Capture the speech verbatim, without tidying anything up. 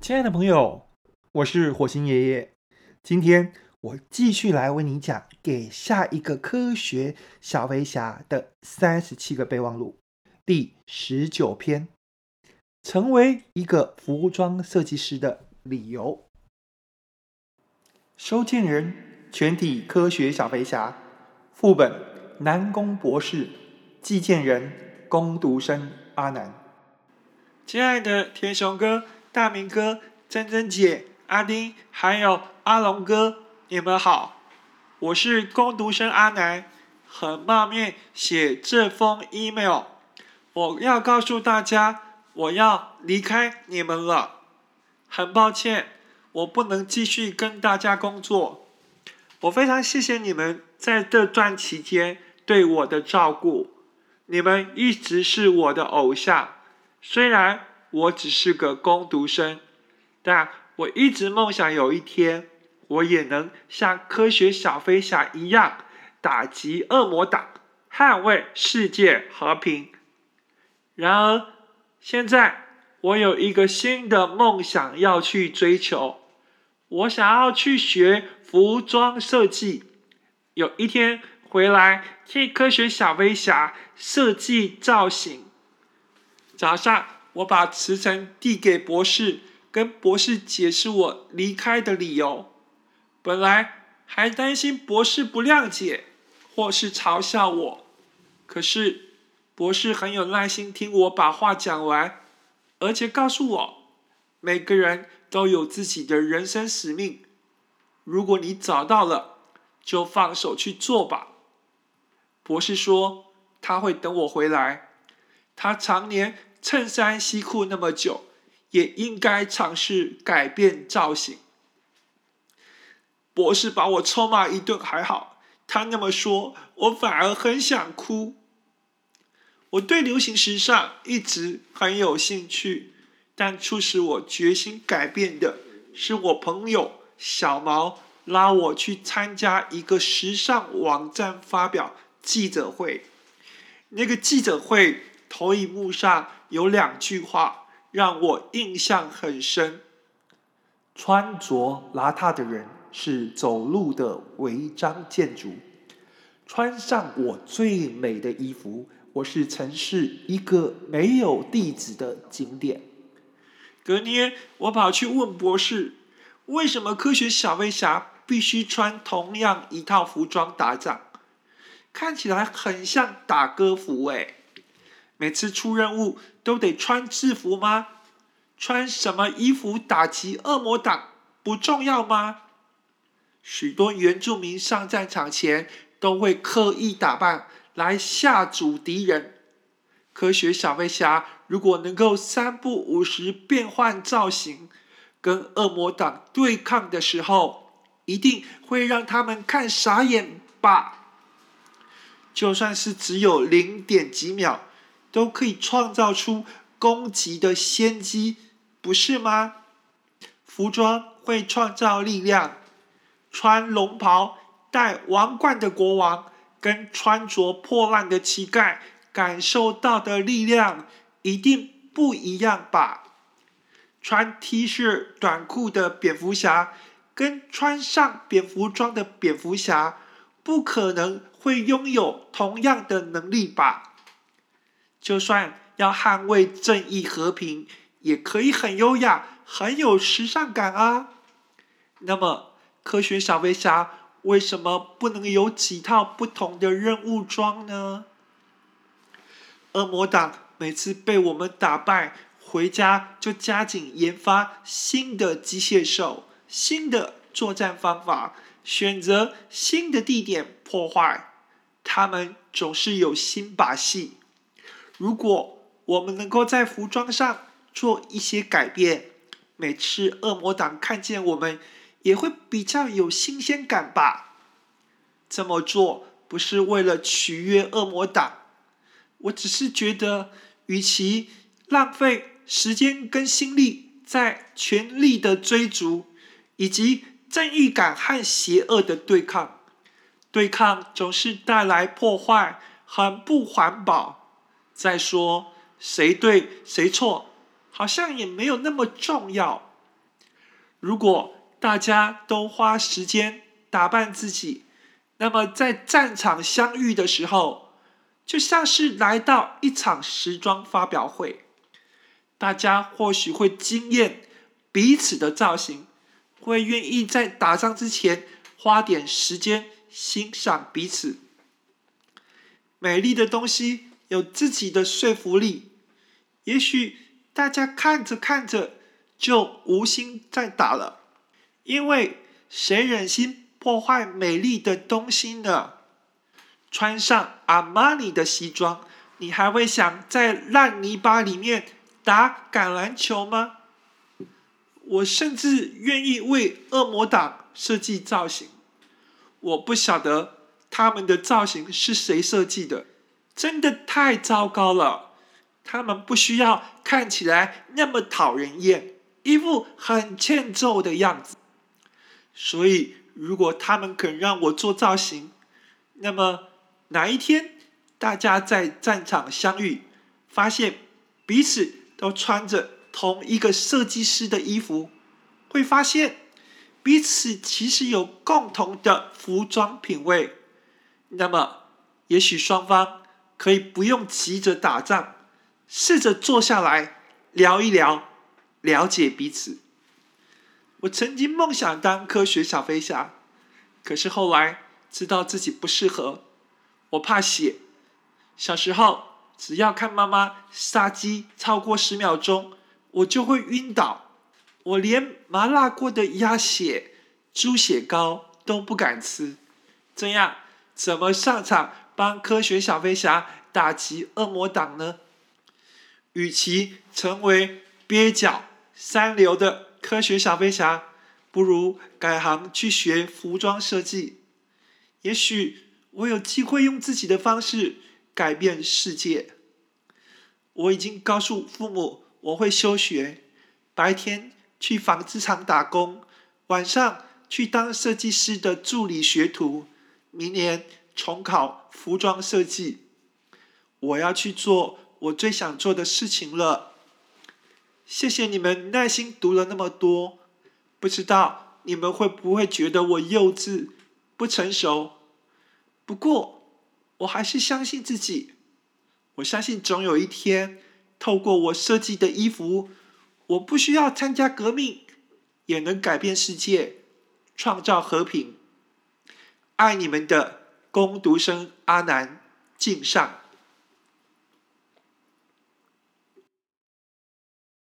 亲爱的朋友，我是火星爷爷。今天我继续来为你讲给下一个科学小飞侠的三十七个备忘录第十九篇，成为一个服装设计师的理由。收件人：全体科学小飞侠，副本南宫博士，寄件人工读生阿南。 亲爱的田雄哥、大明哥、珍珍姐、阿丁，还有阿龙哥，你们好，我是工读生阿南，很冒昧写这封 email， 我要告诉大家，我要离开你们了。很抱歉，我不能继续跟大家工作。我非常谢谢你们在这段期间对我的照顾，你们一直是我的偶像。虽然我只是个工读生，但我一直梦想有一天，我也能像科学小飞侠一样，打击恶魔党，捍卫世界和平。然而，现在我有一个新的梦想要去追求，我想要去学服装设计，有一天回来替科学小飞侠设计造型。早上，我把辞呈递给博士，跟博士解释我离开的理由。本来还担心博士不谅解，或是嘲笑我，可是博士很有耐心听我把话讲完，而且告诉我，每个人都有自己的人生使命，如果你找到了，就放手去做吧。博士说他会等我回来，他常年衬衫西裤那么久，也应该尝试改变造型。博士把我臭骂一顿还好，他那么说，我反而很想哭。我对流行时尚一直很有兴趣，但促使我决心改变的是我朋友小毛拉我去参加一个时尚网站发表记者会。那个记者会投影幕上有两句话让我印象很深： 穿着邋遢的人是走路的违章建筑。穿上我最美的衣服，我是城市一个没有地址的景点。 隔天，我跑去问博士，为什么科学小飞侠必须穿同样一套服装打仗？看起来很像打歌服诶。每次出任务都得穿制服吗？穿什么衣服打击恶魔党不重要吗？许多原住民上战场前都会刻意打扮来吓阻敌人。科学小飞侠如果能够三不五时变换造型，跟恶魔党对抗的时候，一定会让他们看傻眼吧。就算是只有零点几秒，都可以创造出攻击的先机，不是吗？服装会创造力量，穿龙袍戴王冠的国王，跟穿着破烂的乞丐感受到的力量一定不一样吧？穿 T 恤短裤的蝙蝠侠，跟穿上蝙蝠装的蝙蝠侠，不可能会拥有同样的能力吧？就算要捍卫正义和平，也可以很优雅，很有时尚感啊。那么，科学小飞侠为什么不能有几套不同的任务装呢？恶魔党每次被我们打败，回家就加紧研发新的机械兽、新的作战方法，选择新的地点破坏。他们总是有新把戏。如果我们能够在服装上做一些改变，每次恶魔党看见我们，也会比较有新鲜感吧？这么做不是为了取悦恶魔党，我只是觉得，与其浪费时间跟心力在权力的追逐，以及正义感和邪恶的对抗，对抗总是带来破坏，很不环保。再说，谁对谁错，好像也没有那么重要。 如果大家都花时间打扮自己，那么在战场相遇的时候，就像是来到一场时装发表会，大家或许会惊艳彼此的造型，会愿意在打仗之前花点时间欣赏彼此。美丽的东西有自己的说服力，也许大家看着看着就无心再打了，因为谁忍心破坏美丽的东西呢？穿上阿玛尼的西装，你还会想在烂泥巴里面打橄榄球吗？我甚至愿意为恶魔党设计造型，我不晓得他们的造型是谁设计的，真的太糟糕了。他们不需要看起来那么讨人厌，一副很欠揍的样子。所以如果他们肯让我做造型，那么哪一天大家在战场相遇，发现彼此都穿着同一个设计师的衣服，会发现彼此其实有共同的服装品味，那么也许双方可以不用急着打仗，试着坐下来聊一聊，了解彼此。我曾经梦想当科学小飞侠，可是后来知道自己不适合，我怕血。小时候只要看妈妈杀鸡超过十秒钟，我就会晕倒。我连麻辣锅的鸭血、猪血糕都不敢吃，这样怎么上场帮科学小飞侠打击恶魔党呢？与其成为蹩脚三流的科学小飞侠，不如改行去学服装设计。也许我有机会用自己的方式改变世界。我已经告诉父母我会休学，白天去纺织厂打工，晚上去当设计师的助理学徒，明年重考服装设计。我要去做我最想做的事情了。谢谢你们耐心读了那么多，不知道你们会不会觉得我幼稚、不成熟？不过，我还是相信自己。我相信总有一天，透过我设计的衣服，我不需要参加革命，也能改变世界，创造和平。爱你们的工读生阿南敬上。